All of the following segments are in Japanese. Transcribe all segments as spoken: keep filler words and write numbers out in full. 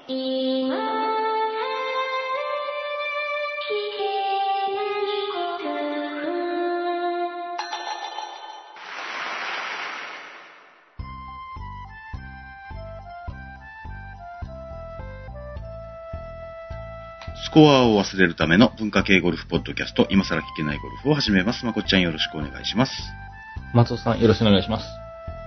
スコアを忘れるための文化系ゴルフポッドキャスト、今更聞けないゴルフを始めます。まこっちゃんよろしくお願いします。 松尾さんよろしくお願いします。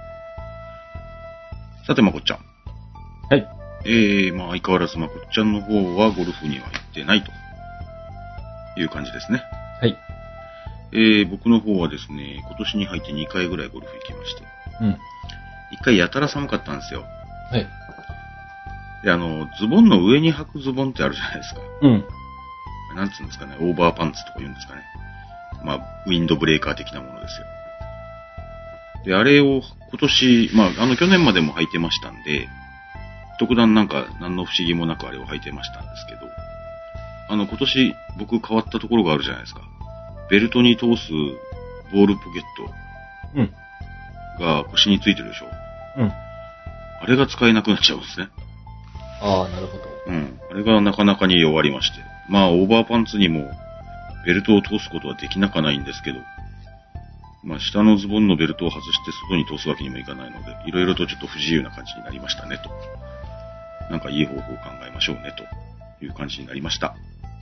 さてまこっちゃん。 はい。 えー、まあ相変わらずまこっちゃんの方はゴルフには行ってないという感じですね。 はい。 えー、僕の方はですね、今年に入ってにかいぐらいゴルフ行きまして。 うん。 いっかいやたら寒かったんですよ。 はい。 で、あの、ズボンの上に履くズボンってあるじゃないですか。 うん。 なんつうんですかね、オーバーパンツとか言うんですかね。まあ、ウィンドブレーカー的なものですよ。で、あれを今年、まあ、あの、去年までも履いてましたんで、特段なんか、何の不思議もなくあれを履いてましたんですけど、あの、今年僕変わったところがあるじゃないですか。ベルトに通すボールポケッうん。 トが腰についてるでしょ。 うん。 あれが使えなくなっちゃうんですね。 ああ、なるほど。 うん。あれがなかなかに弱りまして。まあ、オーバーパンツにもベルトを通すことはできなかないんですけど、まあ、下のズボンのベルトを外して外に通すわけにもいかないので、いろいろとちょっと不自由な感じになりましたねと。なんかいい方法を考えましょうねという感じになりました。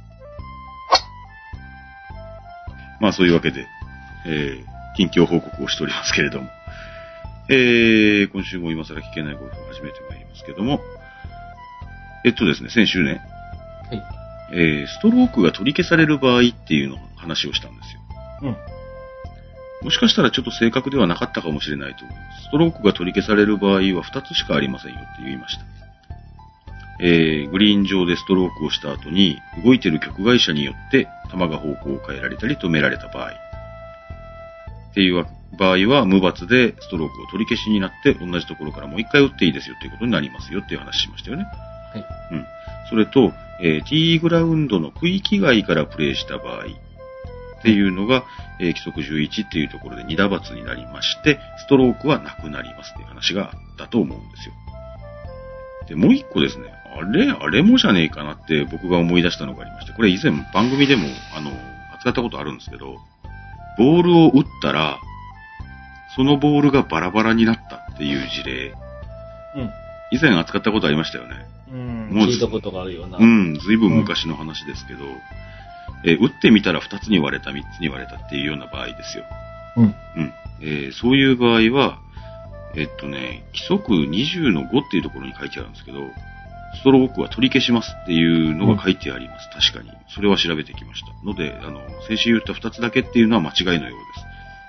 まあ、そういうわけで、えー、近況報告をしておりますけれども、えー、今週も今更聞けないゴルフを始めてまいりますけども、えっとですね、先週ね、 はい。 えー、ストロークが取り消される場合っていうのを話をしたんですよ。 うん。 もしかしたらちょっと正確ではなかったかもしれないと思います。ストロークが取り消される場合はふたつしかありませんよって言いました。えー、グリーン上でストロークをした後に動いている局外者によって球が方向を変えられたり止められた場合っていう場合は無罰でストロークを取り消しになって同じところからもう一回打っていいですよということになりますよっていう話しましたよね。 はい。 うん。それと、えー、ティーグラウンドの区域外からプレーした場合っていうのが、えー、規則じゅういちっていうところでに打罰になりまして、ストロークはなくなりますっていう話があったと思うんですよ。で、もう一個ですね、あれ、あれもじゃねえかなって僕が思い出したのがありまして、これ以前番組でも、あの、扱ったことあるんですけど、ボールを打ったら、そのボールがバラバラになったっていう事例、 うん。 以前扱ったことありましたよね。 うん。 もう聞いたことがあるような。 うん、ずいぶん昔の話ですけど、うん、えー、打ってみたらふたつに割れた、みっつに割れたっていうような場合ですよ。 うん。 うん。えー、そういう場合は、えっとね、規則にじゅうのごっていうところに書いてあるんですけど、ストロークは取り消しますっていうのが書いてあります。うん、確かに。それは調べてきました。ので、あの、先週言ったふたつだけっていうのは間違いのようです。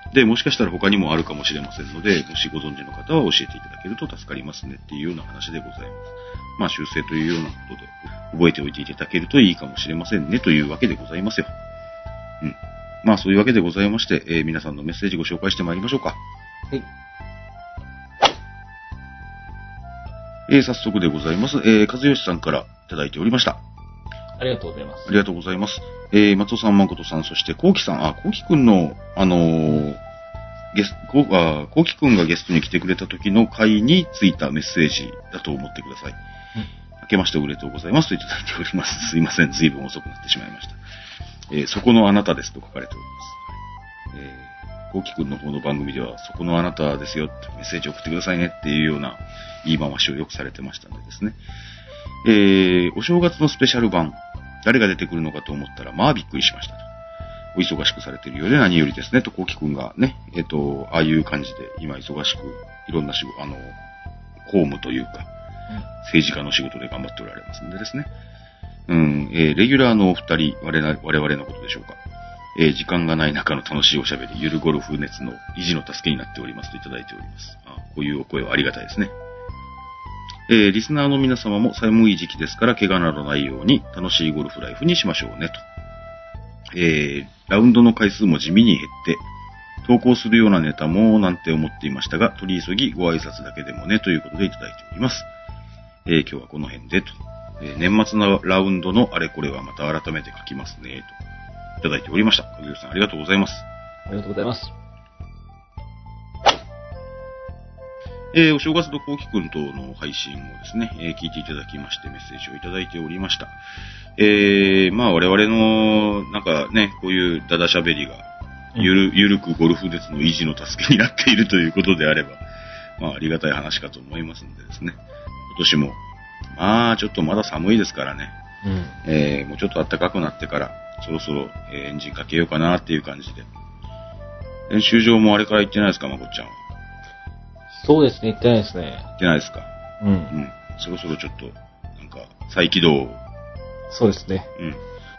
で、もしかしたら他にもあるかもしれませんので、もしご存知の方は教えていただけると助かりますねっていうような話でございます。まあ、修正というようなことで覚えておいていただけるといいかもしれませんねというわけでございますよ。うん。まあ、そういうわけでございまして、えー、皆さんのメッセージご紹介してまいりましょうか。 はい。 えー、早速でございます。えー、和義さんからいただいておりました。 ありがとうございます。 ありがとうございます。えー、松尾さん、誠さん、そしてコウキさん、あ、コウキくんの、あのー、ゲスト、こう、あ、コウキくんがゲストに来てくれた時の回についたメッセージだと思ってください。うん。明けましておめでとうございますといただいております。すいません、ずいぶん遅くなってしまいました。えー、そこのあなたですと書かれております。はい、えー、コウキくんの方の番組では、そこのあなたですよってメッセージを送ってくださいねっていうような言い回しをよくされてましたのでですね。えー、お正月のスペシャル版、誰が出てくるのかと思ったら、まあびっくりしましたと。お忙しくされているようで何よりですね、と、コウキくんがね、えっと、ああいう感じで、今忙しく、いろんな仕事、あの、公務というか、政治家の仕事で頑張っておられますんでですね。うん、えー、レギュラーのお二人、我々、我々のことでしょうか。えー、時間がない中の楽しいおしゃべり、ゆるゴルフ熱の維持の助けになっておりますといただいております。あ、こういうお声はありがたいですね。えー、リスナーの皆様も寒い時期ですから、怪我などないように楽しいゴルフライフにしましょうねと。えー、ラウンドの回数も地味に減って、投稿するようなネタもなんて思っていましたが、取り急ぎご挨拶だけでもねということでいただいております。えー、今日はこの辺でと。えー、年末のラウンドのあれこれはまた改めて書きますねと。いただいておりました。かずよさんありがとうございます。 ありがとうございます。 えー、お正月のこうきくんとの配信をですね、えー、聞いていただきましてメッセージをいただいておりました。えー、まあ我々の、なんかね、こういうダダ喋りが、ゆる、ゆるくゴルフ熱の維持の助けになっているということであれば、まあありがたい話かと思いますのでですね、今年も、まあちょっとまだ寒いですからね、うん、えー、もうちょっと暖かくなってから、そろそろ、えー、エンジンかけようかなっていう感じで。練習場もあれから行ってないですか、まこっちゃんは。 そうですね、行ってないですね。 行ってないですか。うん。うん。そろそろちょっと、なんか、再起動。 そうですね。うん。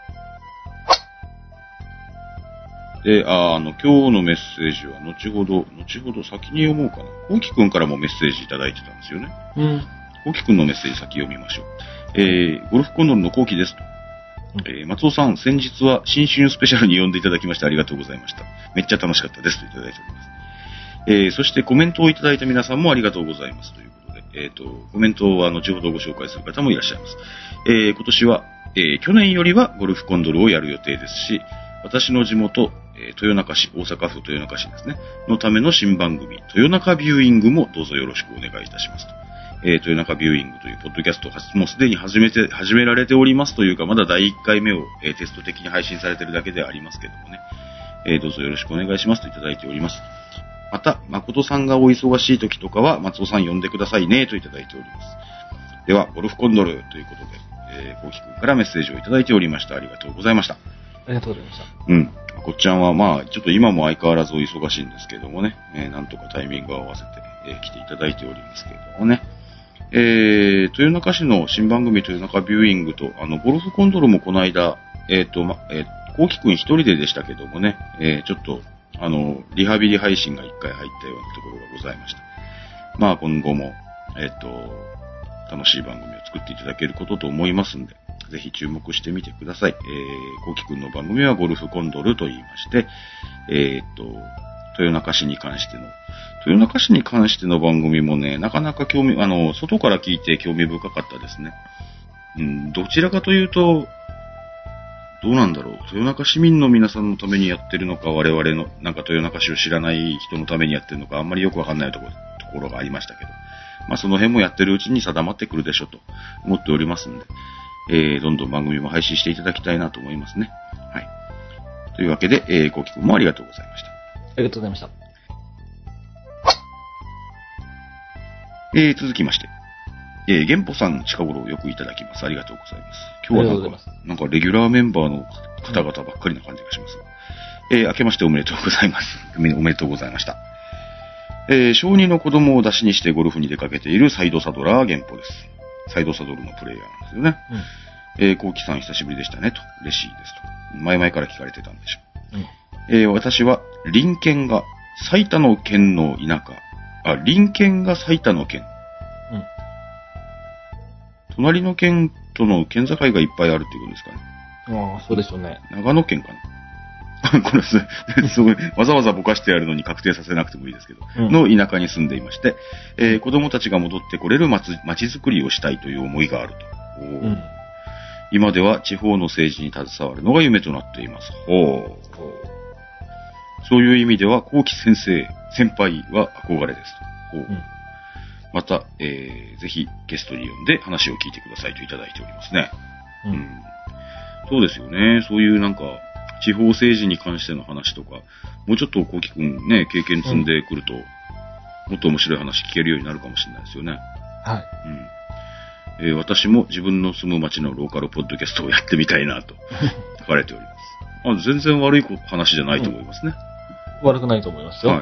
で、あ、あの、今日のメッセージは、後ほど、後ほど先に読もうかな。こうきくんからもメッセージいただいてたんですよね。うん。こうきくんのメッセージ先読みましょう。えー、ゴルフコンドルのこうきですと。えー、松尾さん、先日は新春スペシャルに呼んでいただきましてありがとうございました。めっちゃ楽しかったですといただいております。えー、そしてコメントをいただいた皆さんもありがとうございますということで、えっと、コメントは後ほどご紹介する方もいらっしゃいます。えー、今年は、えー、去年よりはゴルフコンドルをやる予定ですし、私の地元、えー、豊中市、大阪府豊中市ですね、のための新番組、豊中ビューイングもどうぞよろしくお願いいたしますと。えー、豊中ビューイングというポッドキャストをもうすでに始めて、始められておりますというか、まだだいいっかいめを、えー、テスト的に配信されているだけではありますけどもね、えー、どうぞよろしくお願いしますといただいております。また、誠さんがお忙しい時とかは、松尾さん呼んでくださいね、といただいております。では、ゴルフコンドルということで、えー、コウキ君からメッセージをいただいておりました。ありがとうございました。ありがとうございました。 うん。こっちゃんは、まあ、ちょっと今も相変わらずお忙しいんですけどもね、えー、なんとかタイミングを合わせて、えー、来ていただいておりますけれどもね。えー、豊中市の新番組豊中ビューイングと、あの、ゴルフコンドルもこの間、えっ、ー、と、ま、えー、コウキ君一人ででしたけどもね、えー、ちょっと、あの、リハビリ配信が一回入ったようなところがございました。まあ今後も、えっと、楽しい番組を作っていただけることと思いますんで、ぜひ注目してみてください。えー、コウキくんの番組はゴルフコンドルと言いまして、えー、っと、豊中市に関しての、豊中市に関しての番組もね、なかなか興味、あの、外から聞いて興味深かったですね。うん、どちらかというと、どうなんだろう。豊中市民の皆さんのためにやってるのか、我々の、なんか豊中市を知らない人のためにやってるのか、あんまりよくわかんないところ、ところがありましたけど。まあその辺もやってるうちに定まってくるでしょうと思っておりますんで、えー、どんどん番組も配信していただきたいなと思いますね。はい。というわけで、えー、コウキ君もありがとうございました。 ありがとうございました。 えー、続きまして。えー、玄歩さん近頃よくいただきます。ありがとうございます。今日はなんか、なんかレギュラーメンバーの方々ばっかりな感じがします。えー、明けましておめでとうございます。おめでとうございました。えー、小にの子供を出しにしてゴルフに出かけているサイドサドラー玄歩です。サイドサドルのプレイヤーなんですよね。うん、えー、コウキさん久しぶりでしたねと。嬉しいですと。前々から聞かれてたんでしょう。うん、えー、私は隣県が埼玉の県の田舎。あ、隣県が埼玉の県。隣の県との県境がいっぱいあるっていうことですかね。 ああ、そうでしょうね。 長野県かな。これす、すごい、わざわざぼかしてやるのに確定させなくてもいいですけど、うん、の田舎に住んでいまして、えー、子供たちが戻ってこれる町づくりをしたいという思いがあると。うん、今では地方の政治に携わるのが夢となっています。ほう。そういう意味では、コウキ先生、先輩は憧れですと。ほう。うんまた、えー、ぜひゲストに呼んで話を聞いてくださいといただいておりますね。うん。うん、そうですよね。そういうなんか、地方政治に関しての話とか、もうちょっとコウキくんね、経験積んでくると、うん、もっと面白い話聞けるようになるかもしれないですよね。 はい。 うん。えー、私も自分の住む町のローカルポッドキャストをやってみたいなと書かれております。あ全然悪い話じゃないと思いますね。 うん、悪くないと思いますよ。 はい。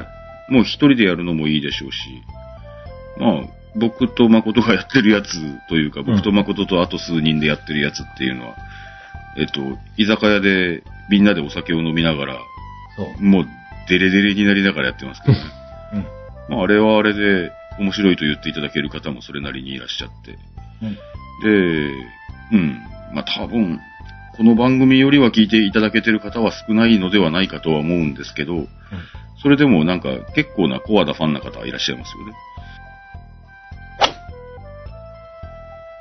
もう一人でやるのもいいでしょうし、まあ、僕と誠がやってるやつというか、僕と誠とあと数人でやってるやつっていうのは、うん、えっと、居酒屋でみんなでお酒を飲みながら、そうもうデレデレになりながらやってますけどね。うん、まあ、あれはあれで面白いと言っていただける方もそれなりにいらっしゃって。うん、で、うん。まあ多分、この番組よりは聞いていただけてる方は少ないのではないかとは思うんですけど、うん、それでもなんか結構なコアなファンな方はいらっしゃいますよね。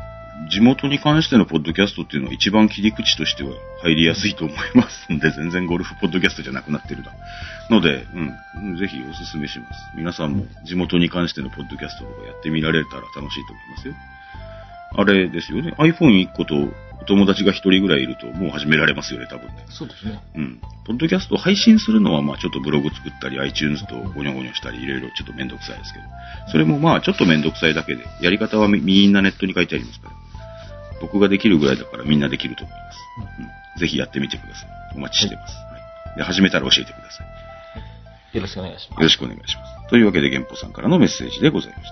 地元に関してのポッドキャストっていうのは一番切り口としては入りやすいと思いますんで、全然ゴルフポッドキャストじゃなくなってるな。ので、うん、ぜひおすすめします。皆さんも地元に関してのポッドキャストとかやってみられたら楽しいと思いますよ。あれですよね。アイフォンいっ 個とお友達がひとりぐらいいるともう始められますよね、多分ね。 そうですね。 うん。ポッドキャストを配信するのはまあちょっとブログ作ったり iTunes とゴニョゴニョしたりいろいろちょっとめんどくさいですけど。それもまあちょっとめんどくさいだけで、やり方はみみんなネットに書いてありますから。僕ができるぐらいだからみんなできると思います。うん、ぜひやってみてください。お待ちしてます。はい、で始めたら教えてください。 よろしくお願いします。 よろしくお願いします。というわけで、玄歩さんからのメッセージでございました。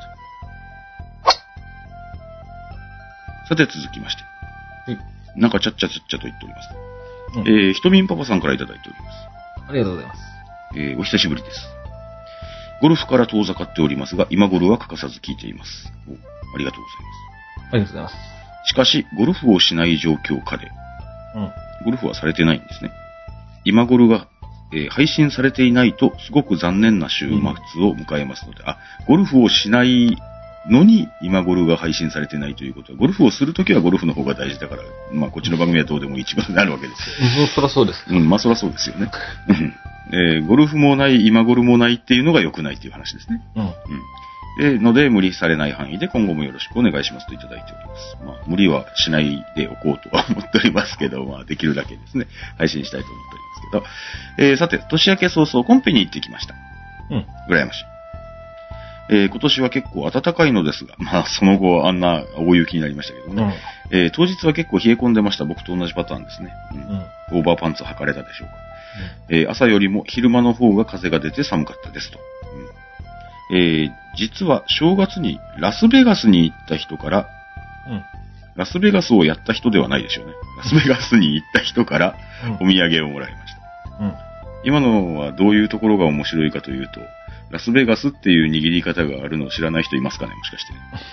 さて続きまして。 はい。 なんかちゃっちゃちゃっちゃと言っております。うん、えー、ひとみんパパさんからいただいております。 ありがとうございます。 えー、お久しぶりです。ゴルフから遠ざかっておりますが、今頃は欠かさず聞いています。お、ありがとうございます。 ありがとうございます。 しかし、ゴルフをしない状況下で、 うん。 ゴルフはされてないんですね。今頃が、えー、配信されていないと、すごく残念な週末を迎えますので、うん、あ、ゴルフをしないのに、今頃が配信されてないということは、ゴルフをするときはゴルフの方が大事だから、まあ、こっちの番組はどうでもいいってことになるわけですよ。 うん、そらそうです。 うん、まあ、そらそうですよね。えー、ゴルフもない、今頃もないっていうのが良くないっていう話ですね。 うん。うん。 で、ので、無理されない範囲で今後もよろしくお願いしますといただいております。まあ、無理はしないでおこうとは思っておりますけど、まあ、できるだけですね、配信したいと思っておりますけど、えー、さて、年明け早々コンペに行ってきました。 うん。 羨ましい。えー、今年は結構暖かいのですが、まあ、その後あんな大雪になりましたけどね。うん、えー、当日は結構冷え込んでました。僕と同じパターンですね。うん。うん、オーバーパンツ履かれたでしょうか。うん、えー、朝よりも昼間の方が風が出て寒かったですと。うん、えー、実は正月にラスベガスに行った人から、うん、ラスベガスをやった人ではないでしょうね。ラスベガスに行った人からお土産をもらいました。うん、今のはどういうところが面白いかというと、ラスベガスっていう握り方があるのを知らない人いますかね、もしかして、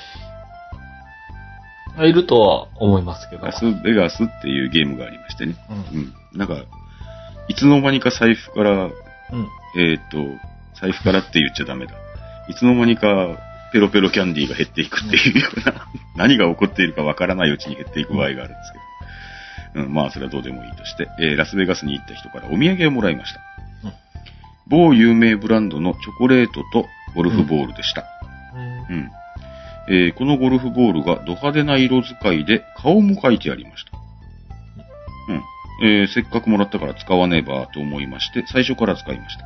ね。 いるとは思いますけど。 ラスベガスっていうゲームがありましてね。うん。うん、なんか、いつの間にか財布から、うん、えっと、財布からって言っちゃダメだ。いつの間にかペロペロキャンディーが減っていくっていうような、うん、何が起こっているかわからないうちに減っていく場合があるんですけど。うん、まあそれはどうでもいいとして、えー、ラスベガスに行った人からお土産をもらいました。某有名ブランドのチョコレートとゴルフボールでした。うんうんえー、このゴルフボールがド派手な色使いで顔も描いてありました。うんえー、せっかくもらったから使わねばと思いまして最初から使いました。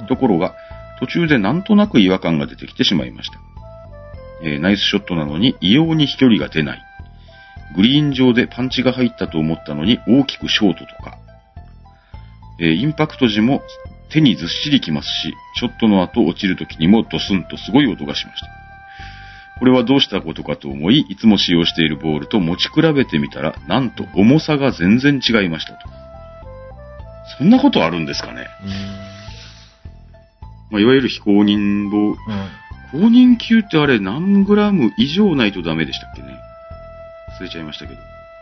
ところが途中でなんとなく違和感が出てきてしまいました。えー、ナイスショットなのに異様に飛距離が出ない。グリーン上でパンチが入ったと思ったのに大きくショートとか。えー、インパクト時も手にずっしりきますし、ショットの後落ちる時にもドスンとすごい音がしました。これはどうしたことかと思い、いつも使用しているボールと持ち比べてみたら、なんと重さが全然違いましたと。そんなことあるんですかね。うーんまあ、いわゆる非公認ボール、うん、公認級ってあれ何グラム以上ないとダメでしたっけね。忘れちゃいましたけど。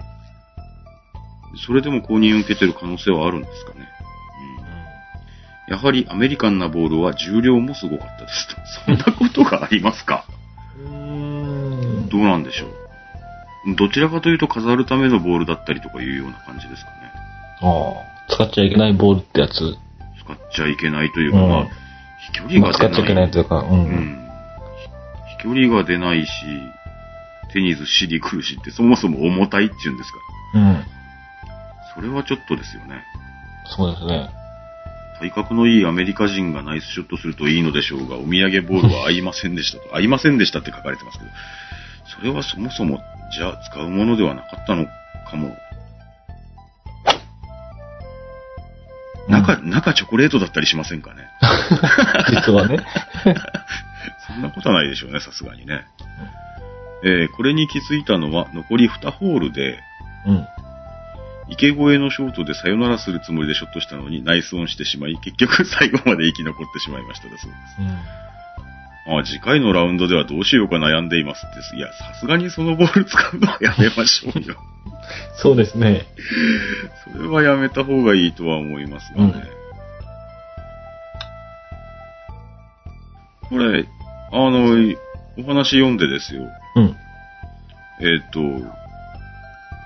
それでも公認を受けてる可能性はあるんですかね。やはりアメリカンなボールは重量もすごかったですと。そんなことがありますか？うーんどうなんでしょう。どちらかというと飾るためのボールだったりとかいうような感じですかね。 ああ、使っちゃいけないボールってやつ。使っちゃいけないというか、うん、まあ、飛距離が出ない。まあ、 使っちゃいけないというか、うん。うん、 飛距離が出ないし、手にずっしりくるしってそもそも重たいっていうんですか。うん。それはちょっとですよね。 そうですね。 体格のいいアメリカ人がナイスショットするといいのでしょうが、お土産ボールは合いませんでしたと。合いませんでしたって書かれてますけど、それはそもそも、じゃあ使うものではなかったのかも。中、うん、中チョコレートだったりしませんかね。 実はね。 そんなことはないでしょうね、さすがにね。えー、これに気づいたのは残りにホールで、うん池越えのショートでサヨナラするつもりでショットしたのにナイスオンしてしまい、結局最後まで生き残ってしまいましただそうです。うん、あ次回のラウンドではどうしようか悩んでいますって。いや、さすがにそのボール使うのはやめましょうよ。 そうですね。 それはやめた方がいいとは思いますがね。うん、これ、あの、お話読んでですよ。うん、えっと、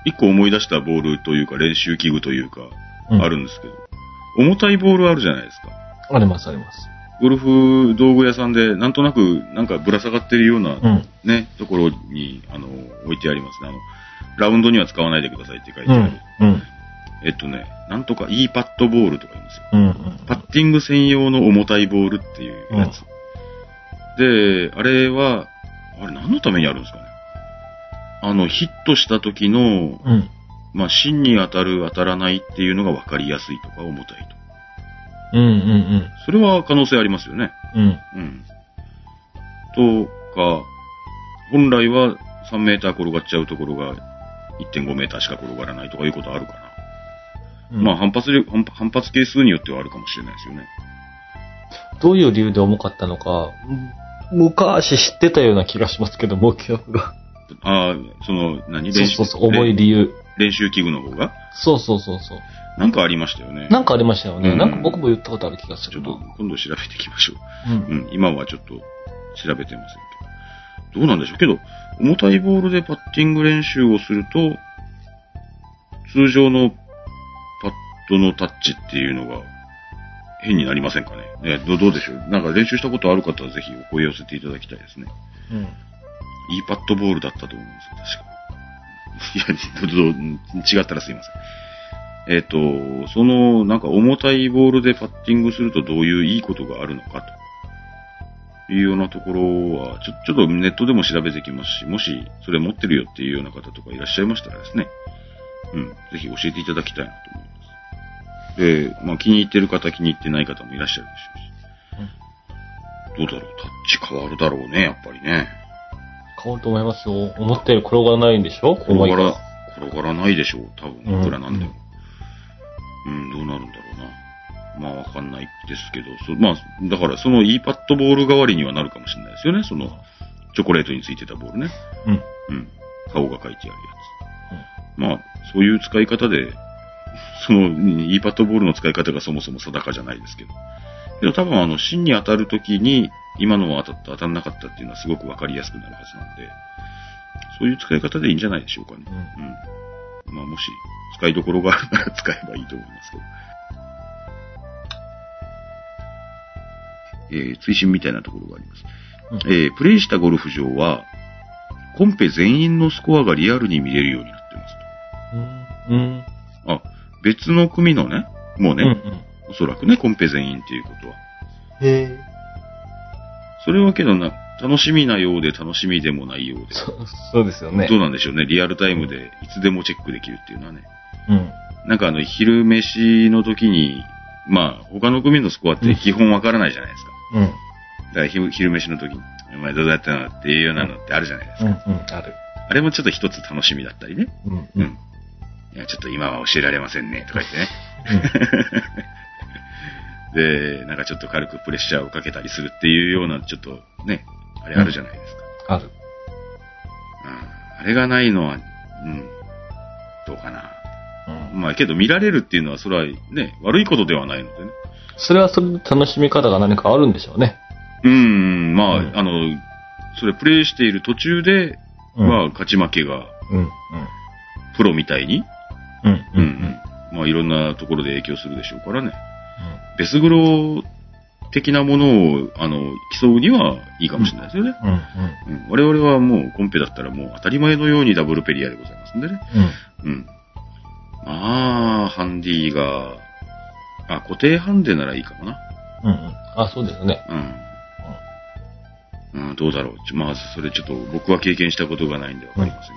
一個思い出したボールというか練習器具というか、 うんあるんですけど、重たいボールあるじゃないですか。 あります、あります。 ゴルフ道具屋さんで、なんとなく、なんかぶら下がってるような、 うん。 ね、ところに、あの、置いてありますね。あの、ラウンドには使わないでくださいって書いてある。 うん。うん。 えっとね、なんとか E パッドボールとか言うんですよ。 うん。うんパッティング専用の重たいボールっていうやつ。で、あれは、あれ何のためにあるんですかね。あの、ヒットした時の、 うん。 まあ、芯に当たる当たらないっていうのが分かりやすいとか重たいと。 うん。うん。 それは可能性ありますよね。 うん。 うん。とか、本来はさんメーター転がっちゃうところが いってんごメーターしか転がらないとかいうことあるかな。 うん。 まあ、反発力、反反発係数によってはあるかもしれないですよね。 どういう理由で重かったのか、昔知ってたような気がしますけども、記憶が。 ああ、その、何そうそうそう、重い理由。 練習器具の方がそうそうそうそう。 なんかありましたよね。 なんかありましたよね。 うんなんか僕も言ったことある気がするな。 ちょっと今度調べていきましょう。 うん。 うん、今はちょっと調べてませんけど。どうなんでしょうけど、重たいボールでパッティング練習をすると、通常のパッドのタッチっていうのが変になりませんかね。ねどどうでしょう。なんか練習したことある方はぜひお声寄せていただきたいですね。 うん。 E パッドボールだったと思うんですよ、確か。いや、どど違ったらすいません。えっ、と、その、なんか重たいボールでパッティングするとどういういいことがあるのかというようなところは、ちょ、ちょっとネットでも調べてきますし、もしそれ持ってるよっていうような方とかいらっしゃいましたらですね、うん、ぜひ教えていただきたいなと思います。で、まあ気に入ってる方、気に入ってない方もいらっしゃるでしょうし。どうだろう、タッチ変わるだろうね、やっぱりね。 変わると思いますよ。思ったより転がらないんでしょ転がら、転がらないでしょう、多分、いくらなんでも。うん、うん、どうなるんだろうな。まあわかんないですけど、そまあ、だからその E パッドボール代わりにはなるかもしれないですよね、その、チョコレートについてたボールね。 うん。 うん。顔が書いてあるやつ。まあ、そういう使い方で、その E パッドボールの使い方がそもそも定かじゃないですけど。けど多分あの、芯に当たるときに、今のは当たった、当たんなかったっていうのはすごくわかりやすくなるはずなんで、そういう使い方でいいんじゃないでしょうかね。うん。うん、まあ、もし、使いどころがあるなら使えばいいと思いますけど。えー、追伸みたいなところがあります。うん、えー、プレイしたゴルフ場は、コンペ全員のスコアがリアルに見れるようになってますと。うん。うん。 あ、別の組のね、もうね、 うんうん、 おそらくね、コンペ全員っていうことは。 へえ。 それはけどな、楽しみなようで楽しみでもないようで。 そ、そうですよね。 どうなんでしょうね。リアルタイムでいつでもチェックできるっていうのはね。 うん。 なんかあの、昼飯の時に、まあ、他の組のスコアって基本わからないじゃないですか。 うん。だから昼、昼飯の時に、お前どうだったのっていうようなのってあるじゃないですか。 うん、うん、ある。 あれもちょっと一つ楽しみだったりね。 うん、 うん。いや、ちょっと今は教えられませんね、とか言ってね。うん、で、なんかちょっと軽くプレッシャーをかけたりするっていうような、ちょっとね、あれあるじゃないですか。 うん、ある。 うん。あれがないのは、うん、どうかな。うん、まあ、けど見られるっていうのは、それはね、悪いことではないのでね。 それはそれで楽しみ方が何かあるんでしょうね。 うん、まあ、 うん、 あの、それプレイしている途中で、うん、まあ、勝ち負けが、 うん、うん。 プロみたいに、 うん、うん、うん。 まあ、いろんなところで影響するでしょうからね。うん、ベスグロ的なものを、あの、競うにはいいかもしれないですよね。 うん、うん。 うん、我々はもうコンペだったらもう当たり前のようにダブルペリアでございますんでね。うん。うん。まあ、ハンディが、あ、固定ハンデならいいかもな。 うん、うん。あ、そうですね。 うん。うん、どうだろう。まあ、それちょっと僕は経験したことがないんでわかりませんけ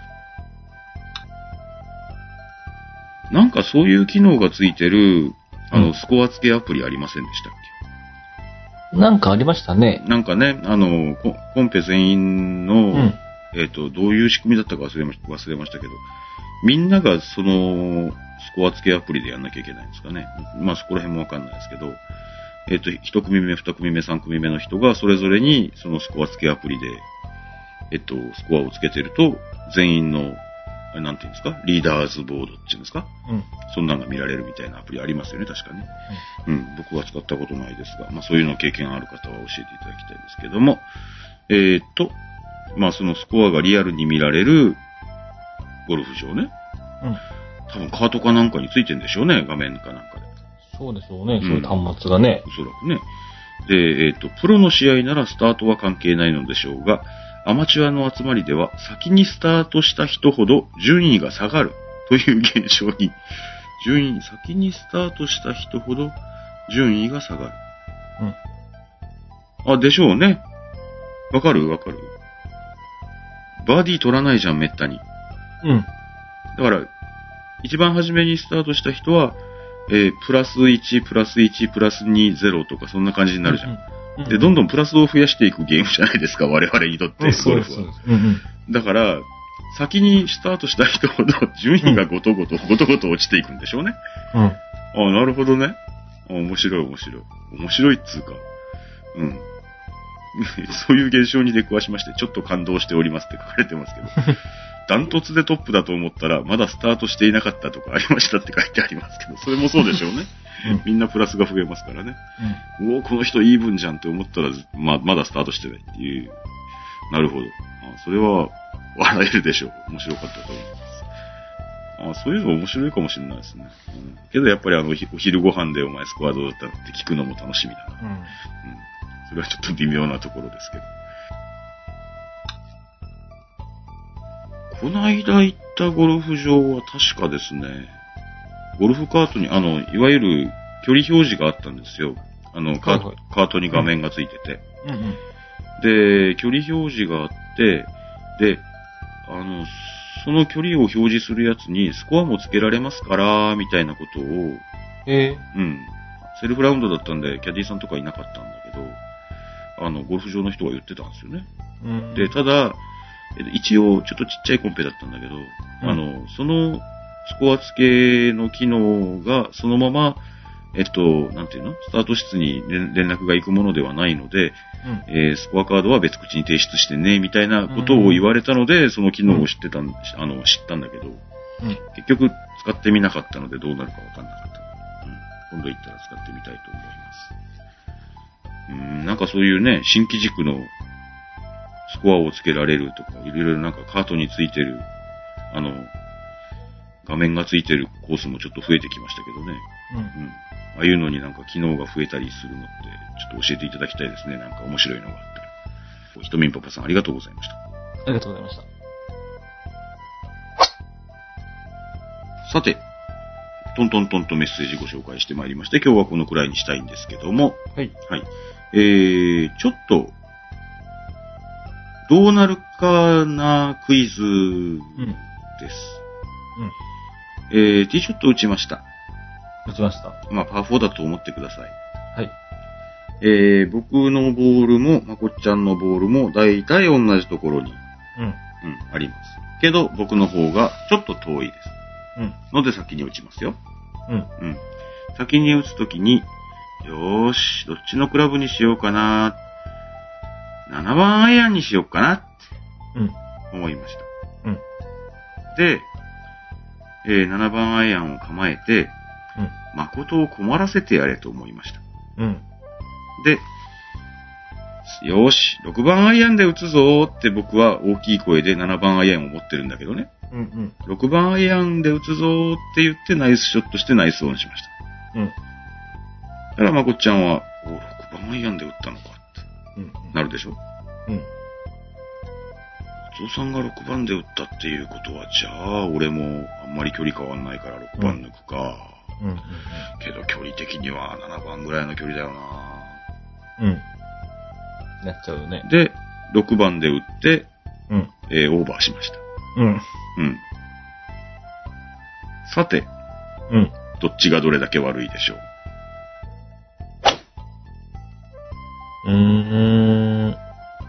ど。うん、なんかそういう機能がついてる、あの、スコア付けアプリありませんでしたっけ？なんかありましたね。 なんかね、あの、コ, コンペ全員の、うん、えっと、どういう仕組みだったか忘れました、忘れましたけど、みんながその、スコア付けアプリでやんなきゃいけないんですかね。まあそこら辺もわかんないですけど、えっと、一組目、二組目、三組目の人がそれぞれにそのスコア付けアプリで、えっと、スコアを付けてると、全員の、なんていうんですか、リーダーズボードっていうんですか、うん、そんなのが見られるみたいなアプリありますよね、確かね。うん、うん、僕は使ったことないですが、まあそういうの経験ある方は教えていただきたいですけども、えー、っと、まあそのスコアがリアルに見られるゴルフ場ね。 うん。 多分カートかなんかについてるんでしょうね、画面かなんかで。 そうでしょうね、 うんそういう端末がね。 おそらくね。で、えっと、プロの試合ならスタートは関係ないのでしょうが、アマチュアの集まりでは先にスタートした人ほど順位が下がるという現象に、順位、先にスタートした人ほど順位が下がる。 うん。 あ、でしょうね。わかるわかる。バーディー取らないじゃん、めったに。 うん。 だから、一番初めにスタートした人は、えープラスいち、プラスいち、プラスに、ゼロとかそんな感じになるじゃん。 うん。 で、どんどんんプラスを増やしていくゲームじゃないですか、我々にとって、ゴルフは。 うんうん。 だから、先にスタートした人ほど順位がごとごと、ごとごと落ちていくんでしょうね。 うん。 ああ、なるほどね。あ面白い面白い。面白いっつうか。うん。そういう現象に出くわしまして、ちょっと感動しておりますって書かれてますけど。ダントツでトップだと思ったら、まだスタートしていなかったとかありましたって書いてありますけど、それもそうでしょうね。 うんみんなプラスが増えますからね。うお、この人イーブンじゃんって思ったら、ま、まだスタートしてないっていう。なるほど。あそれは、笑えるでしょう。面白かったと思います。あそういうの面白いかもしれないですね。うん、けどやっぱりあの、お昼ご飯でお前スコアどうだったのって聞くのも楽しみだな。 うん。うん。 うん。それはちょっと微妙なところですけど。この間行ったゴルフ場は確かですね、ゴルフカートに、あの、いわゆる距離表示があったんですよ。あの、カート、 はいはいカートに画面がついてて。 うんうん。 で、距離表示があって、で、あの、その距離を表示するやつにスコアもつけられますから、みたいなことを、 えうん。セルフラウンドだったんで、キャディーさんとかいなかったんだけど、あの、ゴルフ場の人が言ってたんですよね。 ー。うん。 で、ただ、えっと一応、ちょっとちっちゃいコンペだったんだけど、 うんあの、そのスコア付けの機能がそのまま、えっと、なんていうのスタート室に連連絡が行くものではないので、 うん。 えースコアカードは別口に提出してね、みたいなことを言われたので、その機能を知ってたん、あの、知ったんだけど、 うん。 結局使ってみなかったのでどうなるかわかんなかった。うん。今度行ったら使ってみたいと思います。うん、なんかそういうね、新規軸のスコアをつけられるとか、いろいろなんかカートについてる、あの、画面がついてるコースもちょっと増えてきましたけどね。 うん。 うん。ああいうのになんか機能が増えたりするのって、ちょっと教えていただきたいですね。なんか面白いのがあったら。ひとみんパパさんありがとうございました。 ありがとうございました。 さて、トントントンとメッセージご紹介してまいりまして、今日はこのくらいにしたいんですけども、 はい。 はい。えー、ちょっと、どうなるかなクイズうん。 です。 うん。 えー、ティーショット打ちました。 打ちました。 まあ、パーフォーだと思ってください。 はい。 えー、僕のボールも、まこっちゃんのボールも、だいたい同じところに、 うん。 うん、あります。けど、僕の方がちょっと遠いです。 うん。 ので先に打ちますよ。 うん。 うん。先に打つときに、よーし、どっちのクラブにしようかな。ななばんアイアンにしようかな。 うん。 思いました。 うん。 で、えー、ななばんアイアンを構えて、 うん。 誠を困らせてやれと思いました。 うん。 で、よーし、ろくばんアイアンで打つぞーって僕は大きい声でななばんアイアンを持ってるんだけどね。 うん。うん。 ろくばんアイアンで打つぞーって言ってナイスショットしてナイスオンしました。 うん。 だからまこっちゃんは、お、ろくばんアイアンで打ったのかってうん。 なるでしょ。 うん。 松尾さんがろくばんで打ったっていうことは、じゃあ俺もあんまり距離変わんないからろくばん抜くか。 うん。うん。 けど距離的にはななばんぐらいの距離だよな。 うん。なっちゃうよね。 で、ろくばんで打って、 うん。 えー、オーバーしました。 うん。 うん。さて、 うん。 どっちがどれだけ悪いでしょう。 うーん。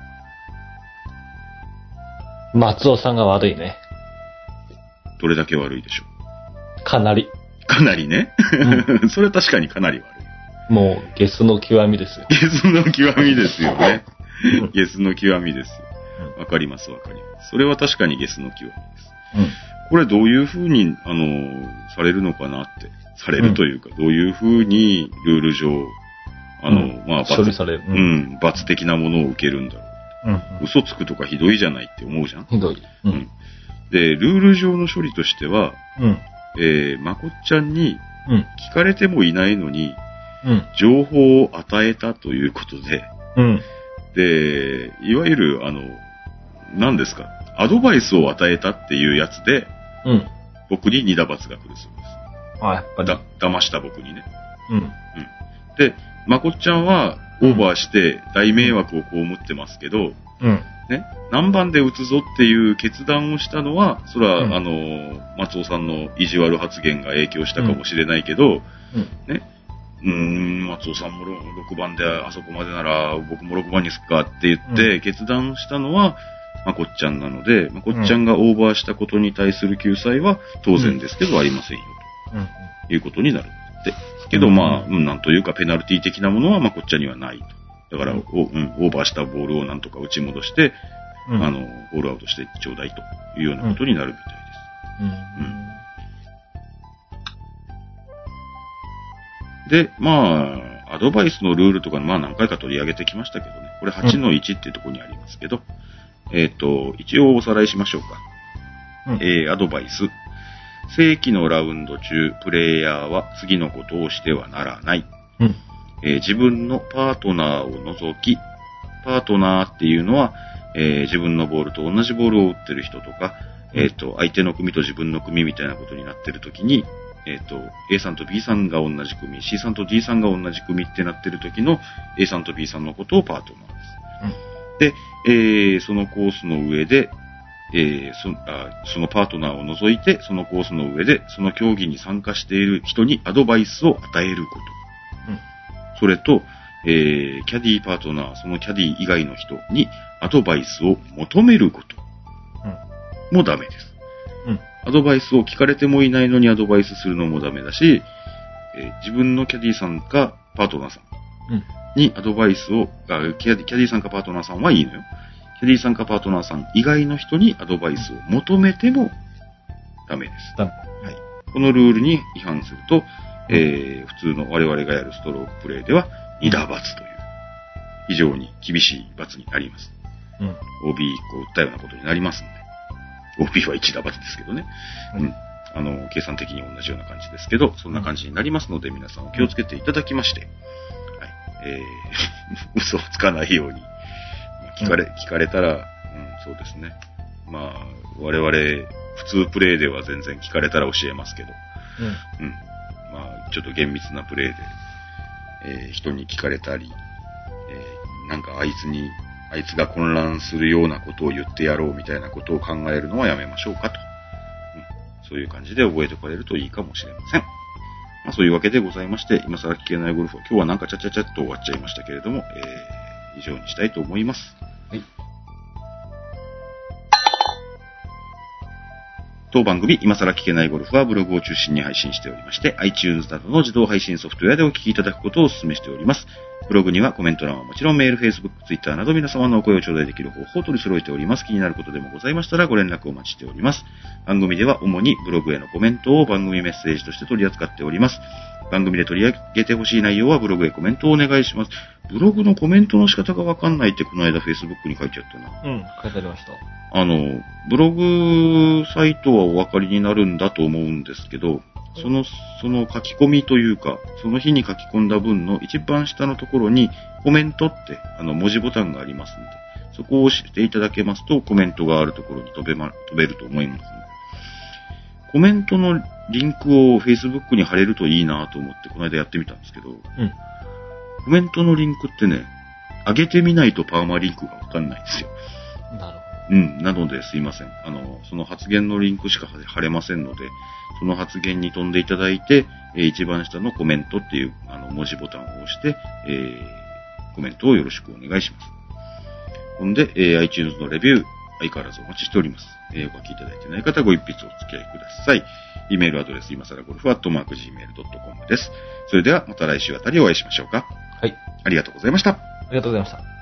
松尾さんが悪いね。 どれだけ悪いでしょかなり。 う。かなりね。 うそれは確かにかなり悪い。 もう、ゲスの極みですよ。 ゲスの極みですよね。 うんゲスの極みですよ。 うんわかりますわかります。それは確かにゲスの極みです。 うん。 これどういう風に、あの、されるのかなって。されるというか、どういう風にルール上、あの、 うんまあ、 処理される。 う。ん、罰的なものを受けるんだろう。 うん。 嘘つくとかひどいじゃないって思うじゃん。 ひどい。ううんん。 で、ルール上の処理としては、 うん。 えー、まこっちゃんにうん。 聞かれてもいないのに、 うん。 情報を与えたということで、 うん。 で、いわゆる、あの、何ですか、アドバイスを与えたっていうやつで、 うん。 僕に二打罰が来るそうです。 あ、やっぱり。 だ、騙した僕にね。 うん。うん。 で、まこっちゃんはオーバーして大迷惑を被ってますけど、 うん。 ね、何番で打つぞっていう決断をしたのは、それは、 うん、 あの、松尾さんの意地悪発言が影響したかもしれないけど、 うん、 ね、うーん、松尾さんもろくばんであそこまでなら僕もろくばんにすっかって言って決断したのはまこっちゃんなので、まこっちゃんがオーバーしたことに対する救済は当然ですけどありませんよということになるって。けどまあ、うん、なんというかペナルティ的なものはまこっちゃんにはないと。だから、うん、オーバーしたボールをなんとか打ち戻して、うん、あの、ボールアウトしてちょうだいというようなことになるみたいです。うんうん、で、まあ、アドバイスのルールとか、まあ何回か取り上げてきましたけどね。これはちのいちっていうところにありますけど、うん、えっと、一応おさらいしましょうか。うん、えー、アドバイス。正規のラウンド中、プレイヤーは次のことをしてはならない。うんえー、自分のパートナーを除き、パートナーっていうのは、えー、自分のボールと同じボールを打ってる人とか、うん、えっと、相手の組と自分の組みたいなことになってるときに、えっと、A さんと B さんが同じ組、C さんと D さんが同じ組ってなってるときの A さんと B さんのことをパートナーです。うん、で、えー、そのコースの上で、えー、そ, あそのパートナーを除いて、そのコースの上で、その競技に参加している人にアドバイスを与えること。うんそれと、えー、キャディーパートナー、そのキャディー以外の人にアドバイスを求めることもダメです。うん、アドバイスを聞かれてもいないのにアドバイスするのもダメだし、えー、自分のキャディーさんかパートナーさんにアドバイスを、あキャディーさんかパートナーさんはいいのよ。キャディーさんかパートナーさん以外の人にアドバイスを求めてもダメです。ダメ。はい。このルールに違反すると、えー、普通の我々がやるストロークプレイではに打罰という非常に厳しい罰になります。うん、オービーいっこ打ったようなことになりますので、オービー はいち打罰ですけどね、うん。あの、計算的に同じような感じですけど、そんな感じになりますので、皆さんお気をつけていただきまして、はい、えー、嘘をつかないように、まあ、聞かれ、聞かれたら、うん、そうですね。まあ、我々、普通プレイでは全然聞かれたら教えますけど、うん。うんまあ、ちょっと厳密なプレイで、えー、人に聞かれたり、えー、なんかあいつに、あいつが混乱するようなことを言ってやろうみたいなことを考えるのはやめましょうかと。うん、そういう感じで覚えておかれるといいかもしれません。まあそういうわけでございまして、今更聞けないゴルフは今日はなんかちゃちゃちゃっと終わっちゃいましたけれども、えー、以上にしたいと思います。はい。当番組、今更聞けないゴルフはブログを中心に配信しておりまして、iTunes などの自動配信ソフトウェアでお聞きいただくことをお勧めしております。ブログにはコメント欄はもちろんメール、Facebook、Twitter など皆様のお声を頂戴できる方法を取り揃えております。気になることでもございましたらご連絡をお待ちしております。番組では主にブログへのコメントを番組メッセージとして取り扱っております。番組で取り上げてほしい内容はブログへコメントをお願いします。ブログのコメントの仕方がわかんないってこの間 Facebook に書いてあったな。 うん、書いてありました。 あの、ブログサイトはお分かりになるんだと思うんですけど、その、その書き込みというか、その日に書き込んだ文の一番下のところにコメントってあの文字ボタンがありますので、そこを押していただけますとコメントがあるところに飛べま、飛べると思いますので、コメントのリンクを Facebook に貼れるといいなと思ってこの間やってみたんですけど、うん、コメントのリンクってね、上げてみないとパーマリンクがわかんないんですよ。 なるほど。 うん。なのですいません。あの、その発言のリンクしか貼れませんので、その発言に飛んでいただいて、えー、一番下のコメントっていうあの文字ボタンを押して、えー、コメントをよろしくお願いします。ほんで、えー、iTunes のレビュー、相変わらずお待ちしております。えー、お書きいただいてない方はご一筆お付き合いください。イメールアドレス、今更ゴルフアットマーク ジーメールドットコム です。それではまた来週あたりお会いしましょうか。 はい。 ありがとうございました。ありがとうございました。